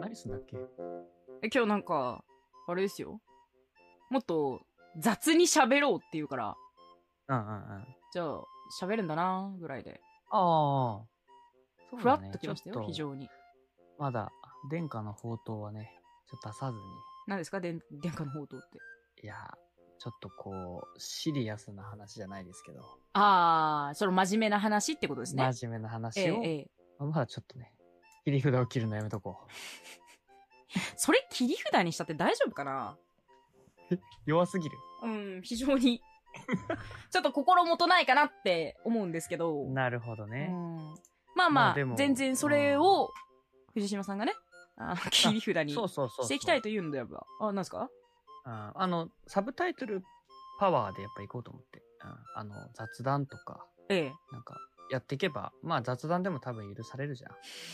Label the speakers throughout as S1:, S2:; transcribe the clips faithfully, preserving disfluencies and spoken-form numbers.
S1: 何すんだっけ？
S2: え、今日なんか、あれですよ。もっと雑に喋ろうって言うから、
S1: うんうんうん。
S2: じゃあ、喋るんだなぐらいで。
S1: ああ。そう
S2: ふわ
S1: だね。
S2: っときましたよ、
S1: ちょっと
S2: 非常に。
S1: まだ、殿下の宝刀はね、ちょっと出さずに。
S2: 何ですか、殿殿下の宝刀って。
S1: いや、ちょっとこう、シリアスな話じゃないですけど。
S2: あー、その真面目な話ってことですね。
S1: 真面目な
S2: え
S1: 話を、
S2: え、ええ。
S1: まだちょっとね、切り札を切るのやめとこ
S2: それ切り札にしたって大丈夫かな？
S1: う。弱すぎる。
S2: うん、非常に。ちょっと心もとないかなって思うんですけど。
S1: なるほど
S2: う
S1: ね。
S2: ん、まあまあ、
S1: まあでも
S2: 全然それを、藤島さんがね、あ切り札に
S1: そうそうそうそう
S2: していきたいというんであれば。あ、なんですか？
S1: ああの、サブタイトルパワーでやっぱ行こうと思って。うん、あの、雑談とか、
S2: ええ。
S1: なんか、やっていけば、まあ雑談でも多分許されるじゃん。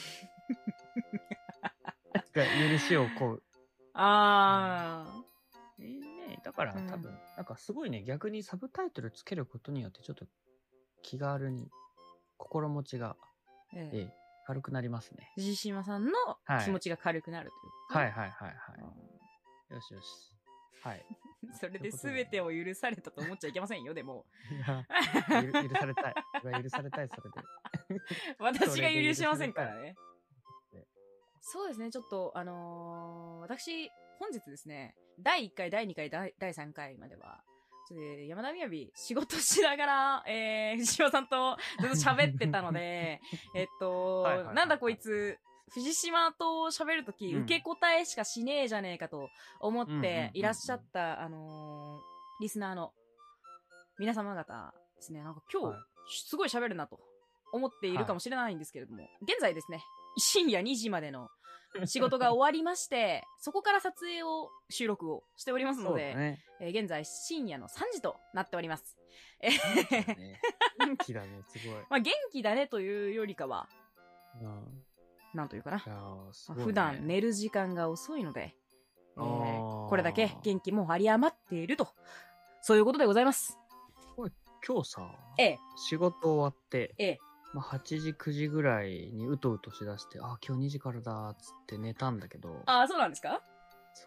S1: 許しをこう。
S2: あー。
S1: えーね、だから多分、
S2: うん、
S1: なんかすごいね、逆にサブタイトルつけることによってちょっと気軽に、心持ちが、
S2: ええ、
S1: ええ、軽くなりますね。
S2: 藤島さんの気持ちが軽くなるという。
S1: はいはいはいはい。よしよし。はい。
S2: それで全てを許されたと思っちゃいけませんよ、でも。
S1: いや、許されたい。許されたい、それで。
S2: 私が許しませんからね。そうですね、ちょっと、あのー、私、本日ですね、だいいっかい、だいにかい、だいさんかいまでは、ちょっと山田みやび仕事しながら、えー、藤島さんとずっと喋ってたので、えっと、
S1: はいはいはいはい、
S2: なんだこいつ、藤島と喋るとき、
S1: うん
S2: 受け答えしかしねえじゃねえかと思っていらっしゃっ
S1: うん
S2: た、あのー、リスナーの皆様方ですね、なんか今日、
S1: はい
S2: すごい喋るなと思っているかもしれないんですけれども、現在ですね、深夜にじまでの仕事が終わりまして、そこから撮影を、収録をしておりますので、
S1: ね
S2: えー現在深夜のさんじとなっております。え
S1: 元気だね。元気だね、すごい。
S2: まあ元気だねというよりかは、
S1: うん、
S2: なんというかな。
S1: いやすごいね、
S2: 普段寝る時間が遅いので、えー、
S1: あ
S2: これだけ元気も有り余っていると、そういうことでございます。
S1: 今日さ、
S2: ええ、
S1: 仕事終わって、
S2: ええ、
S1: まあ、はちじ、くじぐらいにうとうとしだして、あ、今日にじからだーっつって寝たんだけど。
S2: ああ、そうなんですか？
S1: そう。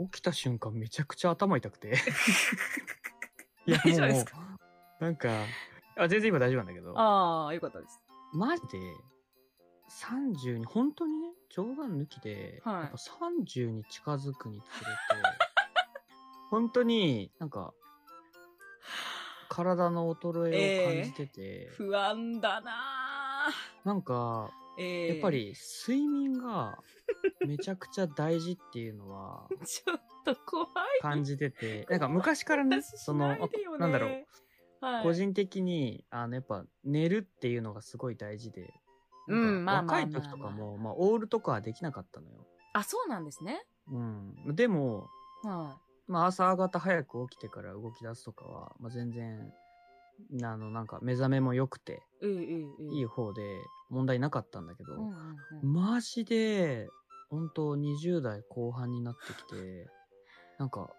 S1: 起きた瞬間めちゃくちゃ頭痛くて。
S2: いや、大丈夫ですか？
S1: なんか、あ、全然今大丈夫なんだけど。
S2: ああ、よかったです。
S1: マジで、さんじゅうに、本当にね、冗談抜きで、
S2: はい、
S1: やっぱさんじゅうに近づくにつれて、本当になんか、体の衰えを感じてて、
S2: えー、不安だな
S1: ぁ。なんか、えー、やっぱり睡眠がめちゃくちゃ大事っていうのは
S2: ちょっと怖い
S1: 感じてて、なんか昔からね、その、なんだろう、はい、個人的に、あの、やっぱ寝るっていうのがすごい大事で、なんか若い時とかも、まあ、オールとかはできなかったのよ。
S2: あ、そうなんですね。
S1: うん。でも、はい。まあ、朝方早く起きてから動き出すとかは、まあ、全然、あの、なんか目覚めも良くて、いい方で問題なかったんだけど、うんうんうん、マジで、本当にじゅう代後半になってきて、なんか、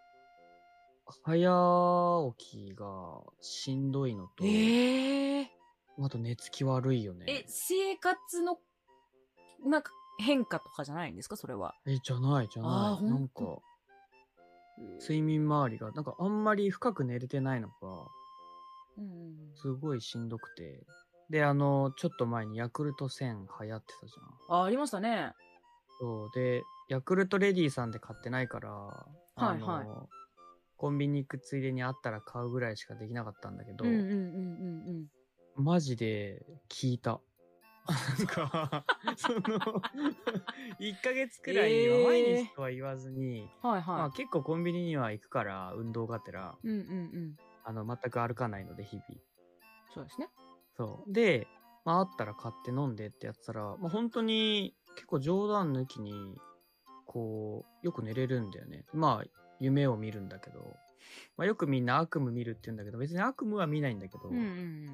S1: 早起きがしんどいのと、えー、あと寝つき悪いよね。
S2: え、生活の、なんか変化とかじゃないんですかそれは。
S1: え、じゃないじゃない。なんか、睡眠周りが、なんかあんまり深く寝れてないのか、すごいしんどくて。で、あの、ちょっと前にヤクルトせん流行ってたじゃ
S2: ん。あ、ありましたね。
S1: そう。で、ヤクルトレディさんで買ってないから、はいはい。コンビニ行くついでにあったら買うぐらいしかできなかったんだけど、うんうんうんうんうん。マジで聞いた。なんか、その、いっかげつくらいは毎日とは言わずに、えー、はいはい。まあ結構コンビニには行くから、運動がてら、うんうんうん。あの、全く歩かないので、日々。
S2: そうですね。
S1: そう。で、まああったら買って飲んでってやったら、まあ本当に結構冗談抜きに、こう、よく寝れるんだよね。まあ、夢を見るんだけど、まあよくみんな悪夢見るって言うんだけど、別に悪夢は見ないんだけど、うんうんうん、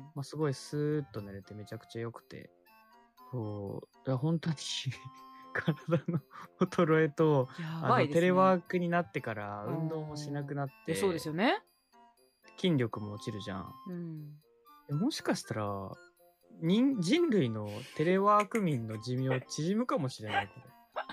S1: まあすごいスーッと寝れてめちゃくちゃ良くて、そう、いや本当に体の衰えと、やばいですね、あのテレワークになってから運動もしなくなって、
S2: そうですよね。
S1: 筋力も落ちるじゃん。うん、もしかしたら人、人類のテレワーク民の寿命縮むかもしれない、これ。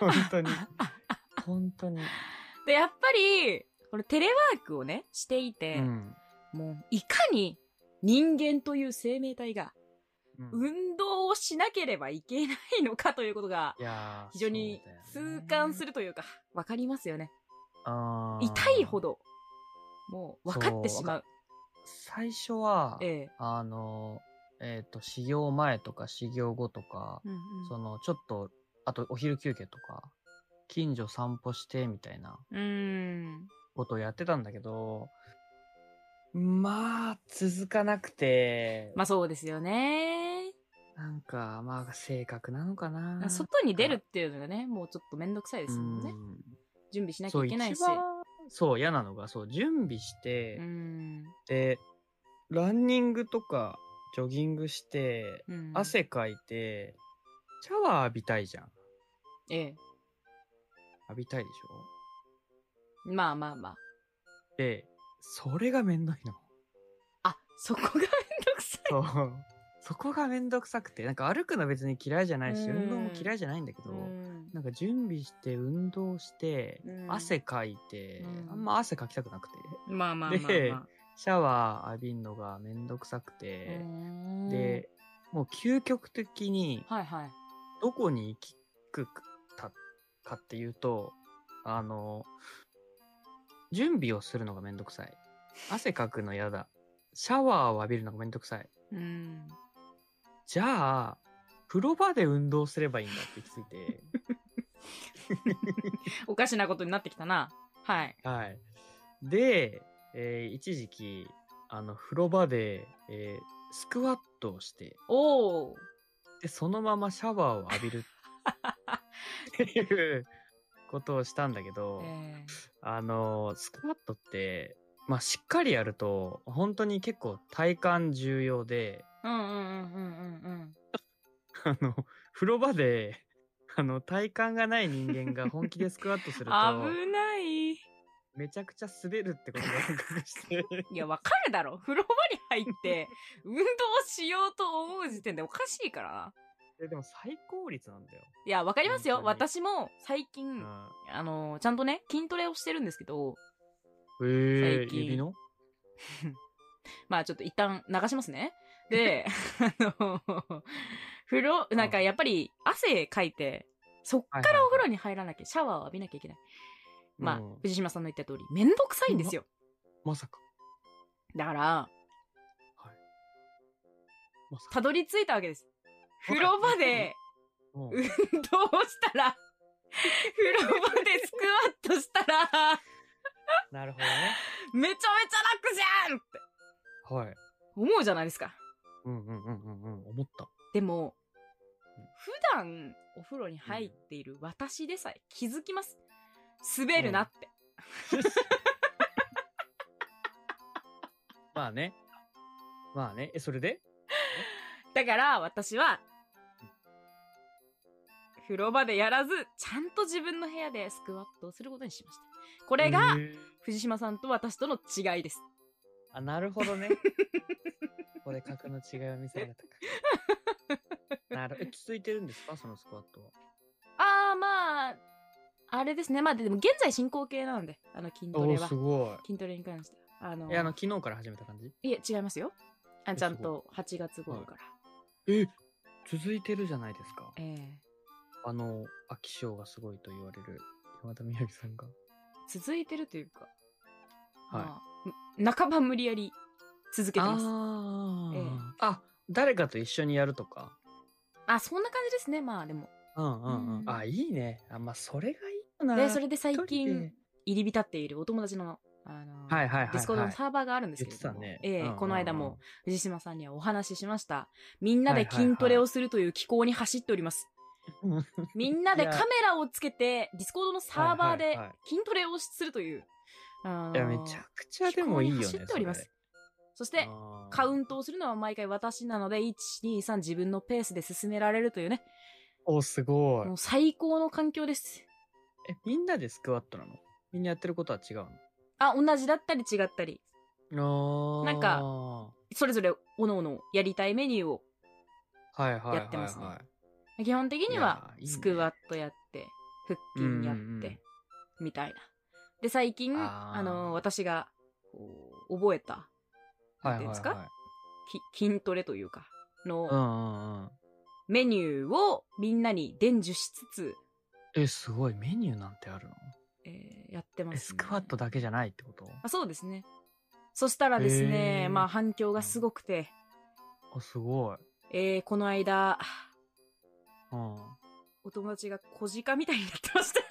S1: 本当に。本当に。
S2: で、やっぱり、これテレワークをね、していて、
S1: うん。
S2: もう、いかに人間という生命体が、
S1: うん、
S2: 運動をしなければいけないのかということが、
S1: いや
S2: 非常に痛感するというか、わかりますよね。
S1: あ
S2: 痛いほど、もう分かってしまう。
S1: 最初は、
S2: ええ、
S1: あの、えっ、ー、と、始業前とか始業後とか、
S2: うんうん、
S1: その、ちょっと、あとお昼休憩とか、近所散歩してみたいなことをやってたんだけど、まあ、続かなくて。
S2: まあそうですよね。
S1: なんか、まあ、性格なのかな。
S2: 外に出るっていうのがね、もうちょっとめんどくさいですもんね。ん準備しなきゃいけないし。
S1: そう、そう嫌なのが、そう、準備して、うんで、ランニングとか、ジョギングして、うん、汗かいて、シャワー浴びたいじゃん。
S2: ええ。
S1: 浴びたいでし
S2: ょ？まあまあまあ。
S1: で、それがめんどいの。
S2: あ、そこがめんどくさい。
S1: そう。そこがめんどくさくて、なんか歩くの別に嫌いじゃないし、運動も嫌いじゃないんだけど、なんか準備して運動して、汗かいて、あんま汗かきたくなくて。
S2: まあまあまあ、まあ、
S1: で、シャワー浴びんのがめんどくさくて、で、もう究極的に、どこに行くかっていうと、あの、準備をするのがめんどくさい。汗かくの嫌だ。シャワーを浴びるのがめんどくさい。うん、じゃあ、風呂場で運動すればいいんだって気づいて。
S2: おかしなことになってきたな。はい。
S1: はい。で、えー、一時期、あの、風呂場で、えー、スクワットをして、
S2: おー。
S1: で、そのままシャワーを浴びるっていうことをしたんだけど、えー、あの、スクワットって、まあ、しっかりやると、本当に結構体幹重要で、うんうんうんうんうん。あの、風呂場で、あの、体幹がない人間が本気でスクワットすると、
S2: 危ない。
S1: めちゃくちゃ滑るってことが発覚して。
S2: いや、わかるだろ。風呂場に入って、運動しようと思う時点でおかしいからな。
S1: え、でも最高率なんだよ。
S2: いや、わかりますよ。私も最近、うん、あの、ちゃんとね、筋トレをしてるんですけど、
S1: へー、最近。指の
S2: まあちょっと一旦流しますね。で、あの、風呂、なんかやっぱり汗かいて、そっからお風呂に入らなきゃ、シャワーを浴びなきゃいけない。まあ、藤島さんの言った通り、めんどくさいんですよ。
S1: ま、まさか。
S2: だから、はい。ま、たどり着いたわけです。風呂場で、運動したら、風呂場でスクワットしたら、
S1: なるほどね。
S2: めちゃめちゃ楽じゃんって。
S1: はい。
S2: 思うじゃないですか。
S1: うんうんうんうんうん、思った。
S2: でも、普段お風呂に入っている私でさえ気づきます。滑るなって。うん、
S1: まあね。まあね。え、それで？
S2: だから私は、風呂場でやらず、ちゃんと自分の部屋でスクワットをすることにしました。これが、藤島さんと私との違いです。
S1: あ、なるほどね。ここで格の違いを見せられたか。なる。え、続いてるんですか、そのスクワットは。
S2: あー、まあ、あれですね。まあ、でも現在進行形なので、あの筋トレは。
S1: お、すごい。
S2: 筋トレに関しては。あのー、
S1: え、あの、昨日から始めた感じ？
S2: いえ、違いますよ。あ、ちゃんとはちがつ頃から。
S1: え、続いてるじゃないですか。
S2: ええー。
S1: あの、飽き性がすごいと言われる山田みやぎさんが。
S2: 続いてるというか、
S1: はい。
S2: まあ、半ば無理やり続けてます。
S1: あ、ええ、あ、誰かと一緒にやるとか。
S2: あ、そんな感じですね。まあでも。
S1: うんうんうん。うん、あ、いいね。あ、まあそれがいいよな。
S2: で、それで最近入り浸っているお友達の、あのー、はいはいはいはい、ディスコードのサーバーがあるんですけれども、ね、ええ、うんうんうん、この間も藤島さんにはお話ししました。みんなで筋トレをするという機構に走っております。はいはいはい、みんなでカメラをつけて、ディスコードのサーバーで筋トレをするという、
S1: はいはいはい、あのー、いや、めちゃくちゃでもいいよね。
S2: 走っております。そして、カウントをするのは毎回私なので、いち、に、さん自分のペースで進められるというね。
S1: お、すごい。
S2: もう最高の環境です。
S1: え、みんなでスクワットなの？みんなやってることは違うの？
S2: あ、同じだったり違ったり。
S1: あ
S2: なんか、それぞれおのおのやりたいメニューをやってますね。基本的にはスクワットやって、 腹筋やって、
S1: うんうんうん、
S2: みたいな。で、最近、
S1: あ、
S2: あの、私が、こう、覚えた、なんていうんですか、
S1: はいはいはい、
S2: き筋トレというか、の、
S1: うんうんうん、
S2: メニューをみんなに伝授しつつ、
S1: え、すごい、メニューなんてあるの？
S2: えーやってま
S1: え、
S2: すね。
S1: スクワットだけじゃないってこと？
S2: あ、そうですね。そしたらですね、
S1: へえ、
S2: まあ反響がすごくて、
S1: うん、あ、すごい。
S2: えーこの間、
S1: うん。
S2: お友達が小鹿みたいになってました。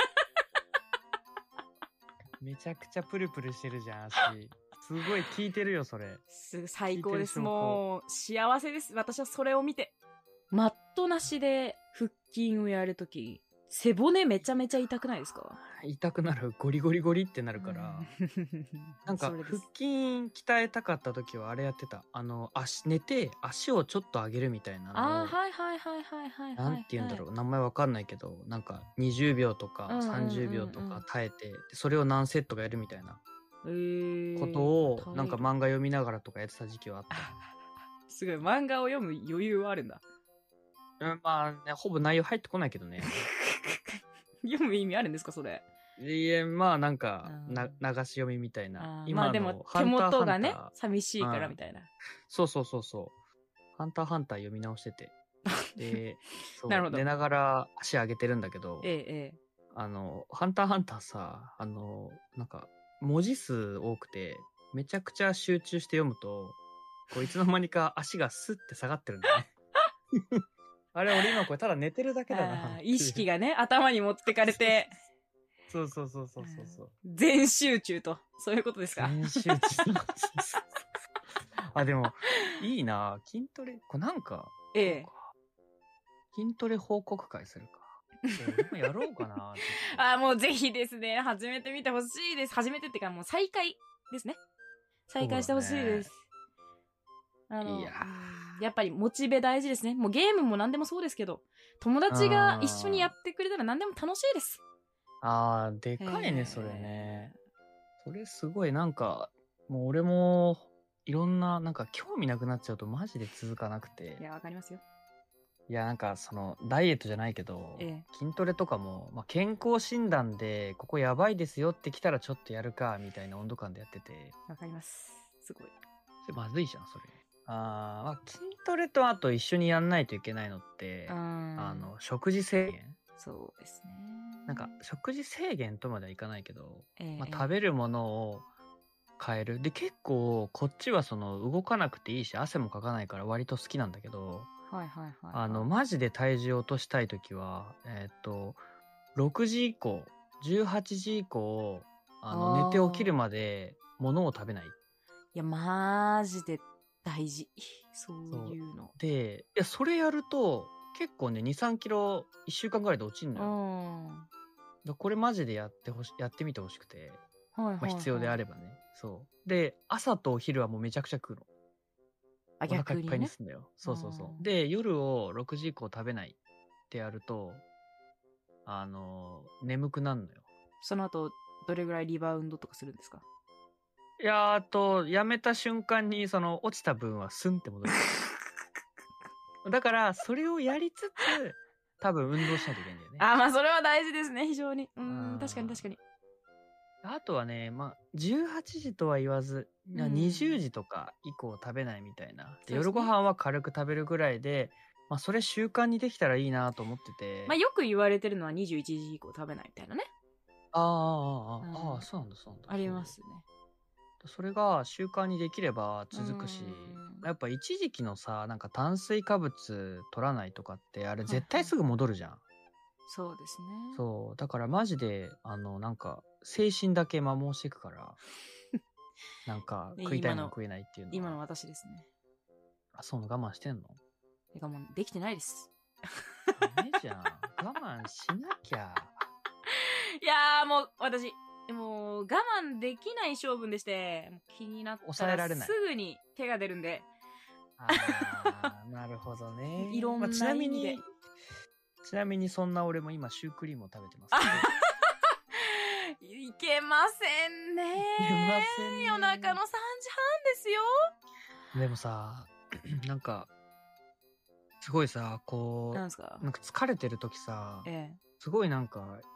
S1: めちゃくちゃプルプルしてるじゃん、足。すごい効いてるよ、それ。
S2: す最
S1: 効いてる
S2: 高です。
S1: 証拠。
S2: もう、幸せです。私はそれを見て。マットなしで腹筋をやるとき、背骨めちゃめちゃ痛くないですか？
S1: 痛くなる、ゴリゴリゴリってなるから。なんか、腹
S2: それです。
S1: 筋鍛えたかった時はあれやってた。あの、足、寝て、足をちょっと上げるみたいなの
S2: ああ、
S1: を、
S2: はいはいはいはいはい
S1: なん
S2: はい、はい。
S1: て言うんだろう、名前わかんないけど、なんかにじゅうびょうとか
S2: うんうん
S1: 30
S2: うん
S1: 秒とか耐えて、でそれを何セットかやるみたいな
S2: うん。え
S1: こと
S2: ー、
S1: を、なんか
S2: 耐える。
S1: 漫画読みながらとかやってた時期はあったね。
S2: すごい、漫画を読む余裕はあるんだ。
S1: うん、まあね、ほぼ内容入ってこないけどね。
S2: 読む意味あるんですか、それ。
S1: いえ、まあなんか、な、
S2: あ
S1: 流し読みみたいな。
S2: ーまあでも
S1: 今の、ハ
S2: 手
S1: ンターハ
S2: 元がね、
S1: ンタ
S2: 寂しいから
S1: ー、うん。
S2: みたいな。
S1: そうそうそうそう。ハンターハンター読み直してて。で、そう、
S2: なるほど。
S1: 寝ながら足上げてるんだけど、
S2: ええ、ええ。
S1: あの、ハンターハンターさ、あの、なんか、文字数多くて、めちゃくちゃ集中して読むと、こういつの間にか足がスッて下がってるんだよね。あれ、俺今これただ寝てるだけだな
S2: あー意
S1: っていう。
S2: 識がね、頭に持ってかれて、
S1: そうそうそうそうそうそう。
S2: 全集中と、そういうことですか。
S1: 全集中。あ、でも、いいな筋トレ。これなんか、
S2: ええ。
S1: そうか。筋トレ報告会するか。俺もやろうかな、ちょっと。
S2: あー、もうぜひですね、始めてみてほしいです。始めてってか、もう再開ですね。再
S1: そうだ
S2: 開してほしいで
S1: ね。
S2: す。あの、
S1: いや
S2: うんやっぱりモチベ大事ですね。もうゲームも何でもそうですけど、友
S1: ー。
S2: 達が一緒にや
S1: あ
S2: ってくれたら何でも楽しいです。
S1: あー、でかいね、それね。それすごい、なんか、もう俺も、いろんな、なんか興味なくなっちゃうとマジで続かなくて。
S2: いや、わかりますよ。
S1: いや、なんかその、ダイエットじゃないけど、
S2: ええ。
S1: 筋トレとかも、まあ、健康診断で、ここやばいですよって来たらちょっとやるか、みたいな温度感でやってて。
S2: わかります。すごい。
S1: それまずいじゃん、それ。あー、まあ、筋トレとあと一緒にやんないといけないのっ
S2: う
S1: て、
S2: ーん。
S1: あの、食事制限
S2: そうですね。
S1: なんか、食事制限とまではいかないけど、
S2: ええ、
S1: まあ、
S2: ええ
S1: 食べるものを変える。で、結構、こっちはその、動かなくていいし、汗もかかないから割と好きなんだけど、
S2: はいはいはい、はい。
S1: あの、マジで体重落としたいときは、えーっと、ろくじ以降、じゅうはちじ以降、あの、寝て起きる
S2: ああ。
S1: まで物を食べない。
S2: いや、マジで大事。そう
S1: そう。
S2: いうの。
S1: で、いや、それやると、結構ね、に、さんキロ、いっしゅうかんぐらいで落ちんの
S2: う
S1: よ。
S2: ん。は
S1: だこれマジでやってほし、やってみてほしくて。
S2: いはい
S1: まあ、必要で
S2: はい。
S1: あればね。そう。で、朝とお昼はもうめちゃくちゃ食うの。
S2: あ、
S1: お腹いっぱいに
S2: 逆にね。
S1: すんだよ。そうそうそ
S2: うん
S1: う。で、夜をろくじ以降食べないってやると、あのー眠くなるのよ。
S2: その後、どれぐらいリバウンドとかするんですか？
S1: いやーあと、やめた瞬間に、その、落ちた分はスンって戻る。だから、それをやりつつ、多分運動しないといけないんだよね。
S2: あ、まあ、それは大事ですね、非常に。うん、確かに
S1: あ
S2: 確かに。
S1: ーあとはね、まあ、じゅうはちじとは言わず、な
S2: うん
S1: にじゅうじとか以降食べないみたいな。で
S2: そうですね
S1: 夜ご飯は軽く食べるぐらいで、まあ、それ習慣にできたらいいなと思ってて。
S2: まあ、よく言われてるのはにじゅういちじ以降食べないみたいなね。
S1: ああ、ああ、ああ、
S2: うん
S1: ああ、そうなんだ、そうなんだ。
S2: ありますね。
S1: そうそれが習慣にできれば続くし、
S2: うん
S1: やっぱ一時期のさ、なんか炭水化物取らないとかって、あれ
S2: はい
S1: 絶対すぐ戻るじゃん。
S2: そうですね。
S1: そう。だからマジで、あの、なんか、精神だけ摩耗していくから、なんか、
S2: ね
S1: 食いたいもん
S2: 今の
S1: 食えないっていうのは。
S2: 今の私ですね。
S1: あ、そういうの我慢してんの？
S2: てかもう、できてないです。
S1: ダメじゃん。我慢しなきゃ。
S2: いやーもう、私、もう、我慢できない性分でして、もう気になったら
S1: 抑えられない
S2: すぐに手が出るんで、
S1: あー、なるほどね。
S2: いろんな
S1: まあちなみ
S2: 意味で
S1: に、ちなみにそんな俺も今シュークリームを食べてますけど。
S2: いけませんね。
S1: いけませんね
S2: 夜中のさんじはんですよ。
S1: でもさ、なんか、すごいさ、こう、
S2: なんすか？
S1: なんか疲れてる時さ、
S2: ええ。
S1: すごいなんか、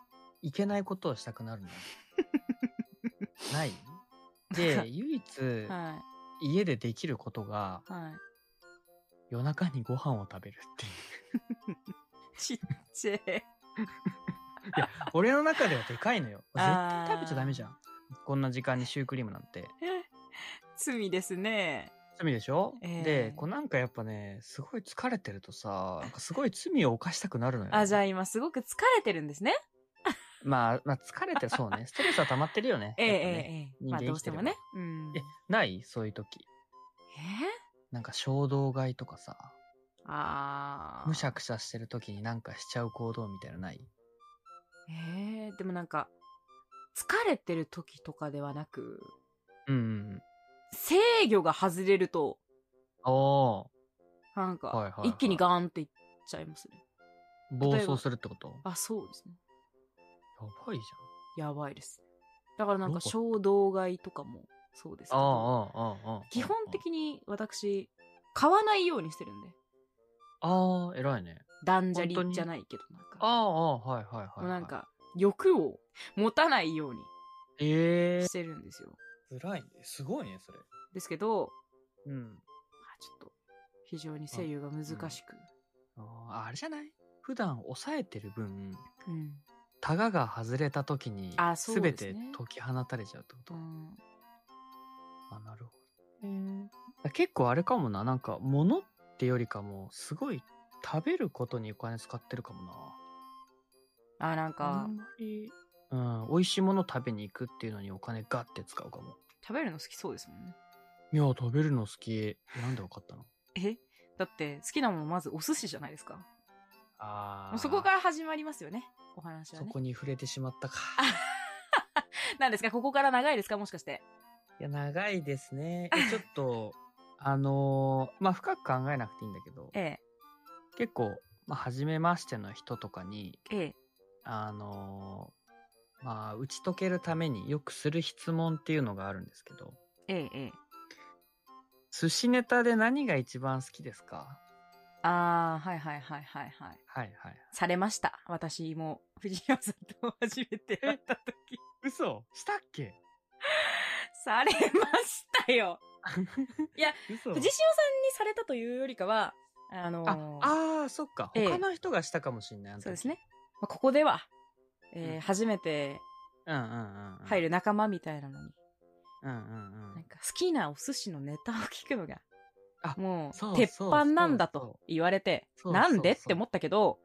S1: いけないことをしたくなるのよ。ないで、唯一、
S2: は
S1: 家でできることが、
S2: い。はい。
S1: 夜中にご飯を食べるっていう。
S2: ちっちゃい。
S1: いや、俺の中ではでかいのよ。絶
S2: あー
S1: 対食べちゃダメじゃん。こんな時間にシュークリームなんて。
S2: 罪ですね。
S1: 罪でしょ、
S2: えー
S1: で、こうなんかやっぱね、すごい疲れてるとさ、なんかすごい罪を犯したくなるのよ。
S2: あ、じゃあ今すごく疲れてるんですね。
S1: まあ、まあ疲れてる、そうね。ストレスは溜まってるよね。
S2: ええ
S1: やっぱね
S2: ええええ。
S1: 人
S2: まあ
S1: 間生きてれば
S2: どうしてもね。うん。
S1: え、ないそういう時。
S2: え
S1: なんか衝動買いとかさ、
S2: あー。
S1: むしゃくしゃしてる時になんかしちゃう行動みたいなのない
S2: えー、でもなんか、疲れてる時とかではなく、
S1: うんうん
S2: 制御が外れると、
S1: うん。お
S2: なんか、
S1: はいはいはい
S2: 一気にガーンっていっちゃいますね。
S1: ー、暴走するってこと
S2: あ、そうですね。
S1: やばいじ
S2: やばいです。だからなんか
S1: どういうこと
S2: 衝動買いとかもそうですけ
S1: ゃん。
S2: ど、
S1: ああ、ああ、ああ。
S2: 基本的に私、買わないようにしてるんで。
S1: ああ、偉いね。
S2: 断捨
S1: 本当に
S2: 離じゃないけど、なんか。
S1: ああ、ああ、はいはいはい、はい。
S2: もうなん、か、欲を持たないように
S1: ええ
S2: してるんですよ。
S1: ー、辛いね。すごいね、それ。
S2: ですけど、
S1: うん。
S2: まあちょっと、非常に制御が難しく。
S1: ああ、あれじゃない普段抑えてる分、
S2: うん。
S1: タガが外れた時に、
S2: あそう
S1: すべ
S2: ですね
S1: て解き放たれちゃうってこと、
S2: うん。
S1: あ、なるほどね。結構あれかもな、なんか、物ってよりかも、すごい食べることにお金使ってるかもな。
S2: あ、なん
S1: あ
S2: か
S1: ん、まり、うん、美味しいもの食べに行くっていうのにお金ガッて使うかも。
S2: 食べるの好きそうですもんね。
S1: いや、食べるの好き。なんでわかったの
S2: えだって好きなものまずお寿司じゃないですか。
S1: あ
S2: もうそこから始まりますよね。お話はね。
S1: そこに触れてしまったか。
S2: 何ですかここから長いですかもしかして。
S1: いや、長いですね。えちょっと、あのーまあ、深く考えなくていいんだけど、
S2: ええ。
S1: 結構、まあ、初めましての人とかに、
S2: ええ。
S1: あのーまあ、打ち解けるためによくする質問っていうのがあるんですけど、
S2: ええ。ええ。
S1: 寿司ネタで何が一番好きですか？
S2: あー、はいはいはいはいはい。
S1: はいはい。
S2: されました。私も、藤山さんと初めて会った時。
S1: 嘘したっけ？
S2: されましたよ。いや、
S1: 嘘
S2: 藤島さんにされたというよりかは、あのー、
S1: あ、あー、そっか。
S2: ええ
S1: 他の人がしたかもしんない。あの時
S2: そうですね。。まあ、ここでは、えー
S1: うん
S2: 初めて
S1: うんうんうんうん。
S2: 入る仲間みたいなのに、
S1: うんうんうん。
S2: なんか好きなお寿司のネタを聞くのが、
S1: あ
S2: もう、
S1: そう
S2: 鉄板なんだと
S1: そうそう
S2: 言われて、
S1: そう
S2: なんで
S1: そうそう
S2: って思ったけど、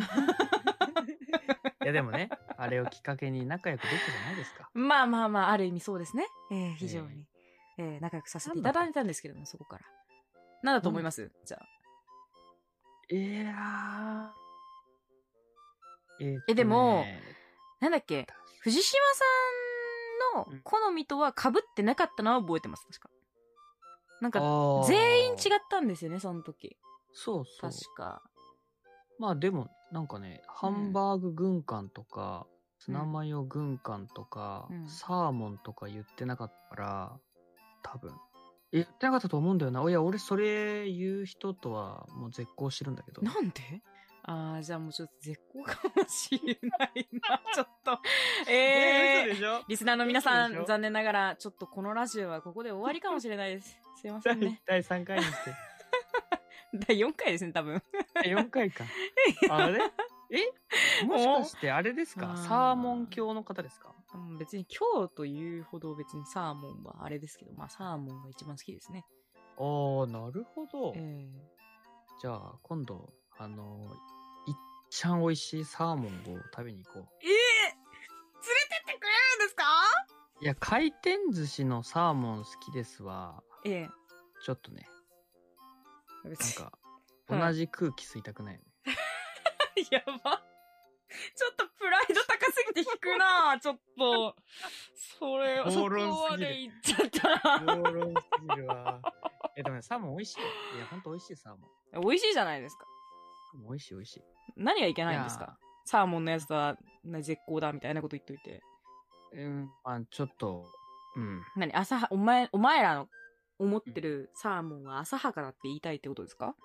S1: いやでもね、あれをきっかけに仲良くできたじゃないですか。
S2: まあまあまあ、ある意味そうですね。えー非常に、えー仲良くさせていただいたんですけども、そこから。なんだと思いますじゃあ。
S1: いやー。えーっとね
S2: えでもなんだっけ藤島さんの好みとは被ってなかったのは覚えてます、確か。なんか、全員違ったんですよね、その時。
S1: そうそう。
S2: 確か。
S1: まあでも、なんかね、ハンバーグ軍艦とか、ツナマヨ軍艦とか、
S2: うん
S1: サーモンとか言ってなかったから、多分。え言ってなかったと思うんだよな。いや、俺それ言う人とはもう絶交してるんだけど。
S2: なんでああ、じゃあもうちょっと絶好かもしれないな、ちょっと。えー、
S1: 嘘でしょ
S2: リスナーの皆さん、
S1: 嘘でしょ
S2: 残念ながら、ちょっとこのラジオはここで終わりかもしれないです。すいませんね。
S1: 第さんかいにして。
S2: だいよんかいですね、多分。
S1: よんかいか。あれえもしかしてあれですか
S2: あー
S1: サーモン教の方ですか？
S2: うん別に今日というほど別にサーモンはあれですけど、まあサーモンが一番好きですね。
S1: ああ、なるほど。
S2: え
S1: じゃあ、今度、あの、いっちゃん美味しいサーモンを食べに行こう。
S2: ー、えー、連れてってくれるんですか？
S1: いや、回転寿司のサーモン好きですわ。
S2: ええ
S1: ちょっとね、
S2: ー、別に
S1: なんか、
S2: はい
S1: 同じ空気吸いたくないよね。
S2: やば。ちょっとプライド高すぎて引くなちょっと。それ、そこ
S1: 暴論すぎる
S2: まで言っちゃったな。
S1: 暴論すぎるわ。え、でもね、サーモン美味しいよ。いや、ほんと美味しいサーモン。
S2: 美味しいじゃないですか。
S1: 美味しい美味しい。
S2: 何がいけないんですか？サーモンのやつだ、な絶好だみたいなこと言っといて。
S1: うん、まあちょっと、うん。
S2: 何朝は、お前、お前らの思ってるサーモンは浅はかだって言いたいってことですか？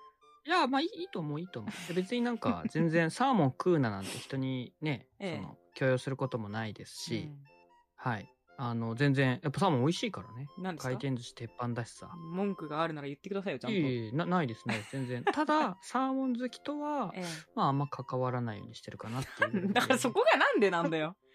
S1: いや、まあいいいいと思う、いいと思う。で別になんか全然サーモン食うななんて人にね、
S2: ええ
S1: その強要することもないですし、
S2: うん
S1: はい。あの、全然、やっぱサーモン美味しいからね。
S2: 何ですか？
S1: 回転寿司鉄板だしさ。
S2: 文句があるなら言ってくださいよ、ちゃんと。
S1: いえいえ、な、ないですね、全然。ただ、サーモン好きとは、
S2: え
S1: まああんま関わらないようにしてるかなっていうぐら
S2: え。
S1: い
S2: だからそ
S1: で。
S2: こがなんでなんだよ。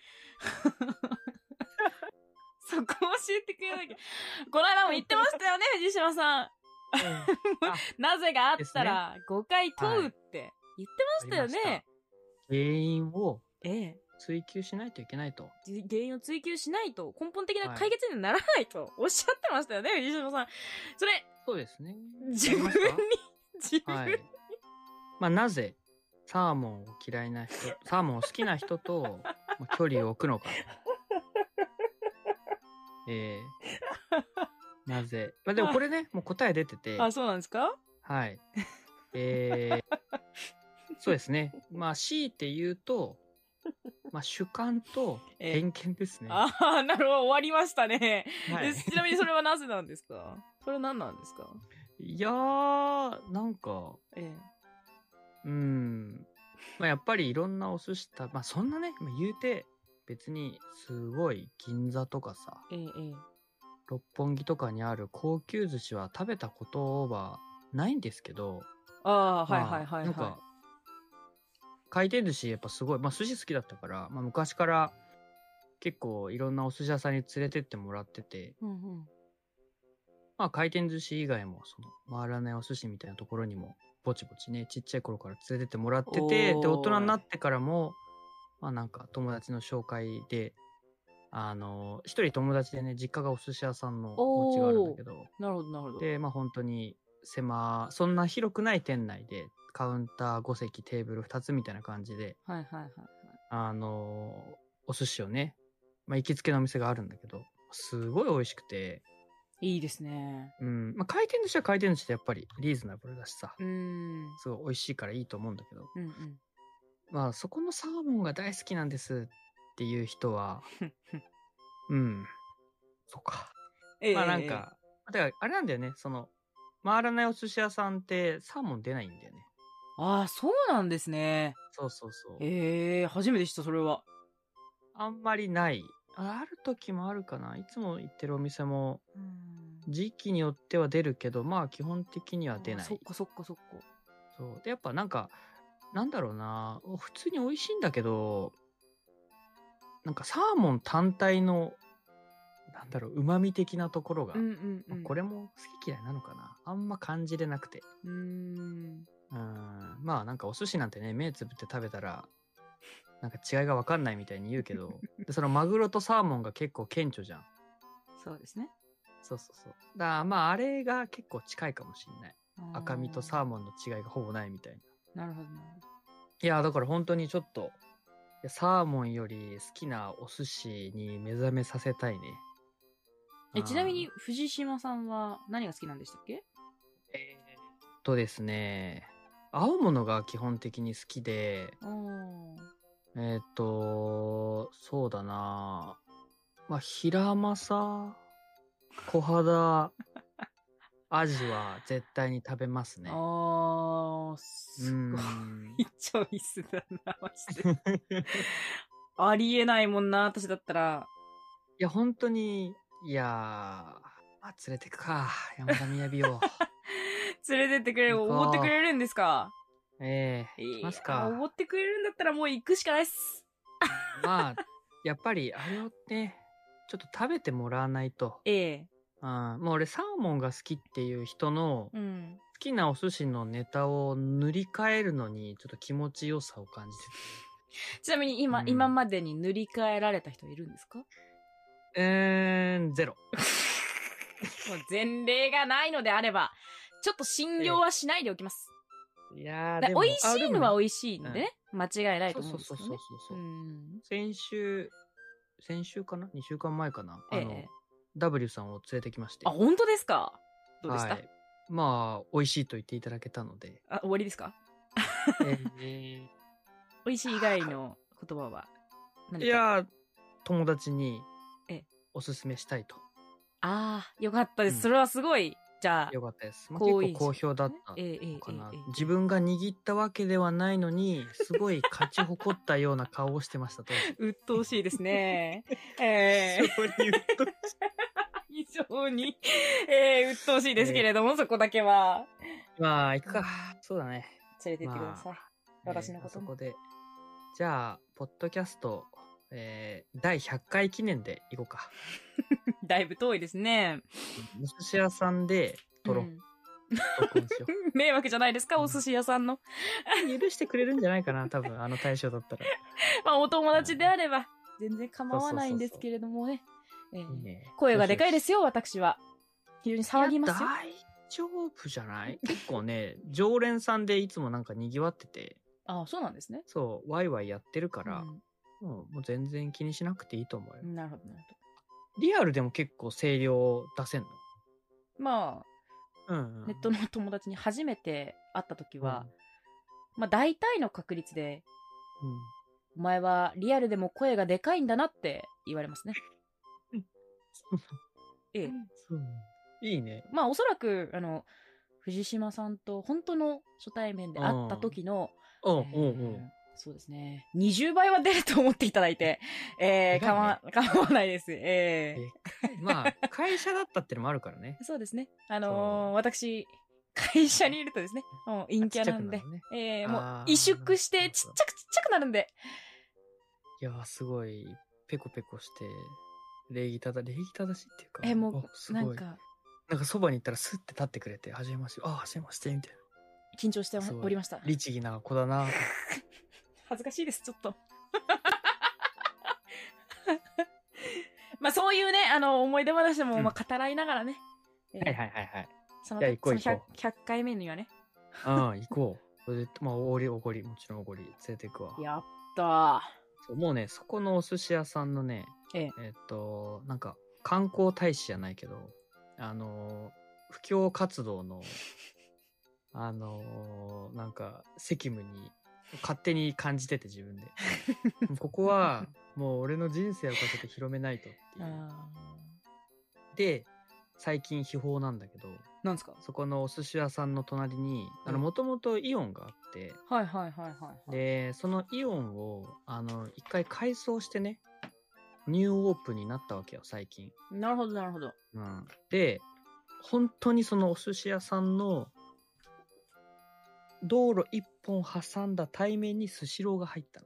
S2: そこ教えてくれなきゃ。この間も言ってましたよね、藤島さん。
S1: うんあ、
S2: なぜがあっ
S1: ですね。
S2: たら誤解問うって言ってましたよ
S1: ありま
S2: ね。
S1: 原因を
S2: ええ。
S1: 追求しないといけないと。
S2: じ原因を追求しないと根本的な
S1: はい
S2: 解決にはならないとおっしゃってましたよね、藤島さん。それ、
S1: そうですね。
S2: 自分に
S1: やりますか、
S2: 自分に、
S1: はい。まあなぜ、サーモンを嫌いな人、サーモンを好きな人と、まあ、距離を置くのかと。えー、なぜ。まあでもこれね、もう答え出てて、
S2: あ、そうなんですか？
S1: はい。えー、そうですね。まあ強いて言うと、まあ主観と
S2: ええ
S1: 偏見ですね。
S2: ああ、なるほど、終わりましたね。
S1: はい
S2: えちなみにそれはなぜなんですか？それは何なんですか？
S1: いやー、なんか、
S2: え
S1: うーん。まあやっぱりいろんなお寿司た、まあそんなね、まあ、言うて、別にすごい銀座とかさ、
S2: え、ええ、ええ。
S1: 六本木とかにある高級寿司は食べたことはないんですけど、
S2: ああ、はい
S1: ま
S2: はいはいはい。
S1: あなんか、回転寿司やっぱすごい、まあ寿司好きだったから、まあ昔から結構いろんなお寿司屋さんに連れてってもらってて、
S2: うんうん。
S1: まあ回転寿司以外もその回らないお寿司みたいなところにもぼちぼちね、ちっちゃい頃から連れてってもらってて、で、大人になってからも、まあなんか友達の紹介で、あの、一人友達でね、実家がお寿司屋さんのお家があるんだけど、
S2: なるほどなるほど。
S1: で、まあ本当に狭、そんな広くない店内で、カウンターご席、テーブルふたつみたいな感じで、
S2: はいはいはいはい。
S1: あの、お寿司をね、まあ行きつけのお店があるんだけど、すごい美味しくて、
S2: いいですね。
S1: うん、まあ回転寿司は回転寿司でやっぱりリーズナブルだしさ、
S2: うーん。
S1: すごい美味しいからいいと思うんだけど、
S2: うんうん。
S1: まあそこのサーモンが大好きなんですっていう人は、うん、そうか。
S2: ええ
S1: まあなん
S2: ええ
S1: か、だからあれなんだよね、その、回らないお寿司屋さんってサーモン出ないんだよね。
S2: ああ、そうなんですね。
S1: そうそうそう。
S2: ええ初めて知った、それは。
S1: あんまりない。あある時もあるかな。いつも行ってるお店も、
S2: うーん。
S1: 時期によっては出るけど、まあ基本的には出ない。
S2: あそっかそっかそっか。
S1: そう。で、やっぱなんか、なんだろうな。普通に美味しいんだけど、なんかサーモン単体の、なんだろう、旨味的なところが、
S2: うんうんうん。
S1: まあこれも好き嫌いなのかな。あんま感じれなくて。
S2: うーん。
S1: うん。まあなんかお寿司なんてね、目つぶって食べたら、なんか違いがわかんないみたいに言うけど、でそのマグロとサーモンが結構顕著じゃん。
S2: そうですね。
S1: そうそうそう。だからまああれが結構近いかもしんない。赤身とサー
S2: モ
S1: モンの違いがほぼないみたいな。
S2: ン。なるほどなるほど。
S1: いやだから本当にちょっと、いやサーモンより好きなお寿司に目覚めさせたいね。
S2: え、ちなみに藤島さんは何が好きなんでしたっけ？
S1: えー、っとですね、青物が基本的に好きで、
S2: あー
S1: えー、っと、そうだなまあ、ヒラマサ、小肌、アジは絶対に食べますね。
S2: あー、す
S1: う
S2: ご
S1: ん。
S2: いチョイスだな、マジで。ありえないもんな、私だったら。
S1: いや、本当に、いやー、まあ、連れてくか、山田みやびを。
S2: 連れてってくれる、
S1: 行こう
S2: おごってくれるんですか？
S1: ええ行き
S2: いや
S1: ますか。
S2: おごってくれるんだったらもう行くしかないっす。
S1: まあ、やっぱり、あれをね、ちょっと食べてもらわないと。
S2: ええ。
S1: うん、もう俺、サーモンが好きっていう人の、
S2: うん。
S1: 好きなお寿司のネタを塗り替えるのに、ちょっと気持ちよさを感じて
S2: ちなみに今、
S1: うん
S2: 今までに塗り替えられた人いるんですか？
S1: て。えー、ゼロ。
S2: もう前例がないのであれば、ちょっと信用はしないでおきます。
S1: いやー、
S2: だ
S1: でも、
S2: 美味しいのは
S1: あ
S2: 美味しいのでね、間違いないと
S1: そう
S2: 思ですけどね。
S1: そううんそうそうそうそう。
S2: ん。
S1: 先週、先週かな ?に 週間前かなあの、
S2: ええ。
S1: W さんを連れてきまして。
S2: あ、本当ですか？どうでした？
S1: はい。まあ、美味しいと言っていただけたので。
S2: あ、終わりですか？
S1: え
S2: 美味しい以外の言葉は
S1: ー、
S2: 何か？
S1: いやー、友達に
S2: ええ
S1: おすすめしたいと。
S2: ああ、よかったです。
S1: うん
S2: それはすごいじゃあ、
S1: よかったです。まあ、
S2: 好印象
S1: 結構好評だった
S2: ええええ
S1: のかな。
S2: ええええ
S1: 自分が握ったわけではないのに、すごい勝ち誇ったような顔をしてました、当時。
S2: 鬱陶しいですね。ええ
S1: 非常に鬱陶しい。
S2: 非常に、えー、鬱陶しいですけれども、そこだけは。
S1: まあ、行くか。そうだね。
S2: 連れてってください。
S1: まあ
S2: 私のことも。
S1: えーあそこで。じゃあ、ポッドキャスト、えー、だいひゃっかい記念で行こうか。
S2: だいぶ遠いですね。
S1: お寿司屋さんで撮ろう。
S2: うん
S1: 録音しよ
S2: 迷惑じゃないですか、
S1: うん
S2: お寿司屋さんの。
S1: う。許してくれるんじゃないかな、多分、あの対象だったら。
S2: まあ、お友達であれば、全然構わないんですけれどもね。えー
S1: いいね
S2: 声がでかいですよ、私は。非常に騒ぎますよ。
S1: 大丈夫じゃない結構ね、常連さんでいつもなんか賑わってて、
S2: ああ、そうなんですね。
S1: そう、ワイワイやってるから、
S2: うん
S1: もうもう全然気にしなくていいと思うよ。
S2: なるほど、なるほ
S1: リアルでも結構声量出せんの
S2: ど。まあ、
S1: うん、うん。
S2: ネットの友達に初めて会った時は、
S1: うん、
S2: まあ、大体の確率で、
S1: うん
S2: お前はリアルでも声がでかいんだなって言われますね。ええ。
S1: そういいね。
S2: まあ、おそらく、あの、藤島さんと本当の初対面で会った時の、
S1: うん、
S2: えー
S1: うん、うん。
S2: そうですね。にじゅうばいは出ると思っていただいて、えー、
S1: でかいね
S2: かま、構わないです。え
S1: でかいまあ、会社だったってのもあるからね
S2: ー、。そうですね。あの
S1: そう
S2: ー、私、会社にいるとですね、もう陰キャなんで、
S1: ちっちゃくなるね
S2: えー、もう
S1: あー
S2: 萎縮してちっちゃくちっちゃくなるんで、
S1: いやー、すごい、ペコペコして、礼儀正、礼儀正しいっていうか、
S2: えー、も
S1: あ
S2: う、
S1: すごい。
S2: なんか、
S1: なんかそばに行ったらスッて立ってくれて、はじめまして、あ、はじめまして、みたい
S2: 緊張して
S1: な。すごい
S2: おりました。
S1: 律儀な子だなと。
S2: 恥ずかしいです、ちょっと。まあそういうね、あの、思い出話も、
S1: うん
S2: まあ語らいながらね。えー
S1: はいはいはいはい。
S2: その
S1: じゃあ行こう
S2: その
S1: 行こ
S2: ひゃく, ひゃっかいめにはね。
S1: うん、行こう。それで、まあ、おごりおごり、もちろんおごり、連れて行くわ。
S2: やった
S1: そうもうね、そこのお寿司屋さんのね、
S2: ー。ええ。
S1: えっと、なんか、観光大使じゃないけど、あの、布教活動の、あの、なんか、責務に、勝手に感じてて自分で。ここは、もう俺の人生をかけて広めないとっていう。
S2: あ
S1: で、最近秘宝なんだけど、
S2: ーなんですか？
S1: そこのお寿司屋さんの隣に、あの、
S2: うん
S1: もともとイオンがあって、
S2: はいはいはいはい、はい。
S1: で、そのイオンを、あの、一回改装してね、ニューオープンになったわけよ、最近。
S2: なるほどなるほど。
S1: うん。で、本当にそのお寿司屋さんの道路一本挟んだ対面にスシローが入ったの。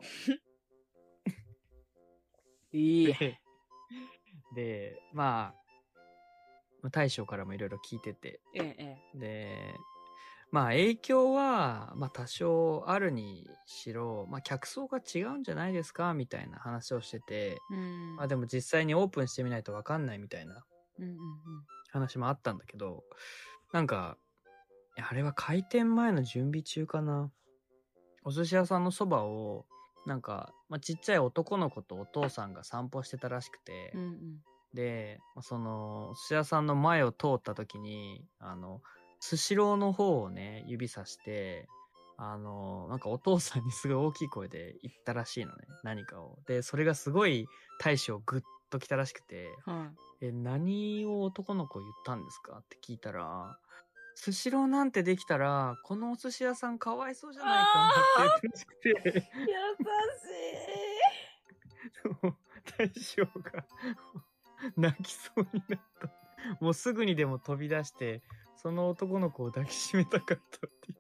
S2: いい。
S1: で、でまあ、大将からもいろいろ聞いてて、
S2: ええええ。
S1: で、まあ影響は、まあ多少あるにしろ、まあ客層が違うんじゃないですかみたいな話をしてて、
S2: うん。
S1: まあでも実際にオープンしてみないとわかんないみたいな
S2: うんうんうん。
S1: 話もあったんだけど、なんか、あれは開店前の準備中かな。お寿司屋さんのそばを、なんか、まあ、ちっちゃい男の子とお父さんが散歩してたらしくて、
S2: うんうん。
S1: で、まあその、お寿司屋さんの前を通った時に、あの、スシローの方をね、指さして、あの、なんかお父さんにすごい大きい声で言ったらしいのね、何かを。で、それがすごい大将グッときたらしくて、
S2: はい。
S1: え、何を男の子言ったんですかって聞いたら、スシローなんてできたら、このお寿司屋さんかわいそうじゃないかなって言ってほしくて、
S2: 優
S1: そう大将が泣きそうになった。もうすぐにでも飛び出して、その男の子を抱きしめたかったって言った。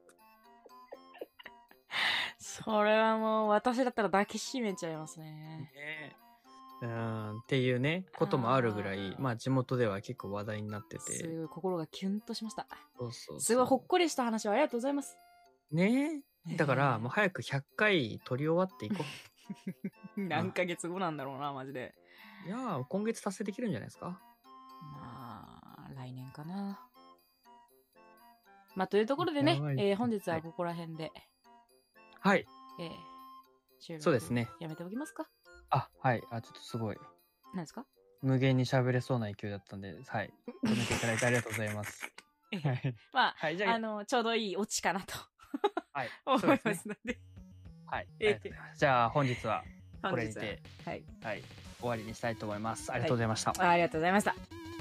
S2: それはもう私だったら抱きしめちゃいますね。
S1: ねえ。うんっていうね、こともあるぐらい、
S2: あー
S1: まあ地元では結構話題になってて。
S2: すごい心がキュンとしました。
S1: そうそうそう
S2: すごいほっこりした話をありがとうございます。
S1: ねえ。だから、
S2: ねえ
S1: もう早くひゃっかい撮り終わっていこ
S2: 何ヶ月後なんだろうな、マジで。
S1: う。いやー、今月達成できるんじゃないですか。
S2: まあ、来年かな。まあ、というところでね
S1: やばい、
S2: えー本日はここら辺で、
S1: はい。
S2: えー収録
S1: そうですね
S2: やめておきますか？
S1: あ、はい。あ、ちょっとすごい。
S2: 何ですか？
S1: 無限に喋れそうな勢いだったんで、はい。止めていただいてありがとうございます。
S2: えー
S1: はい。
S2: まあ、
S1: はい、じゃあ、
S2: あの、ちょうどいいオチかなと
S1: はい。
S2: 思い
S1: そうですね
S2: ますので、
S1: はい。
S2: ええ
S1: ありがとうございますじゃあ、本日はこ
S2: 本日は
S1: れにて、
S2: はい。
S1: はい。終わりにしたいと思います。ありがとうございました。
S2: ありがとうございました。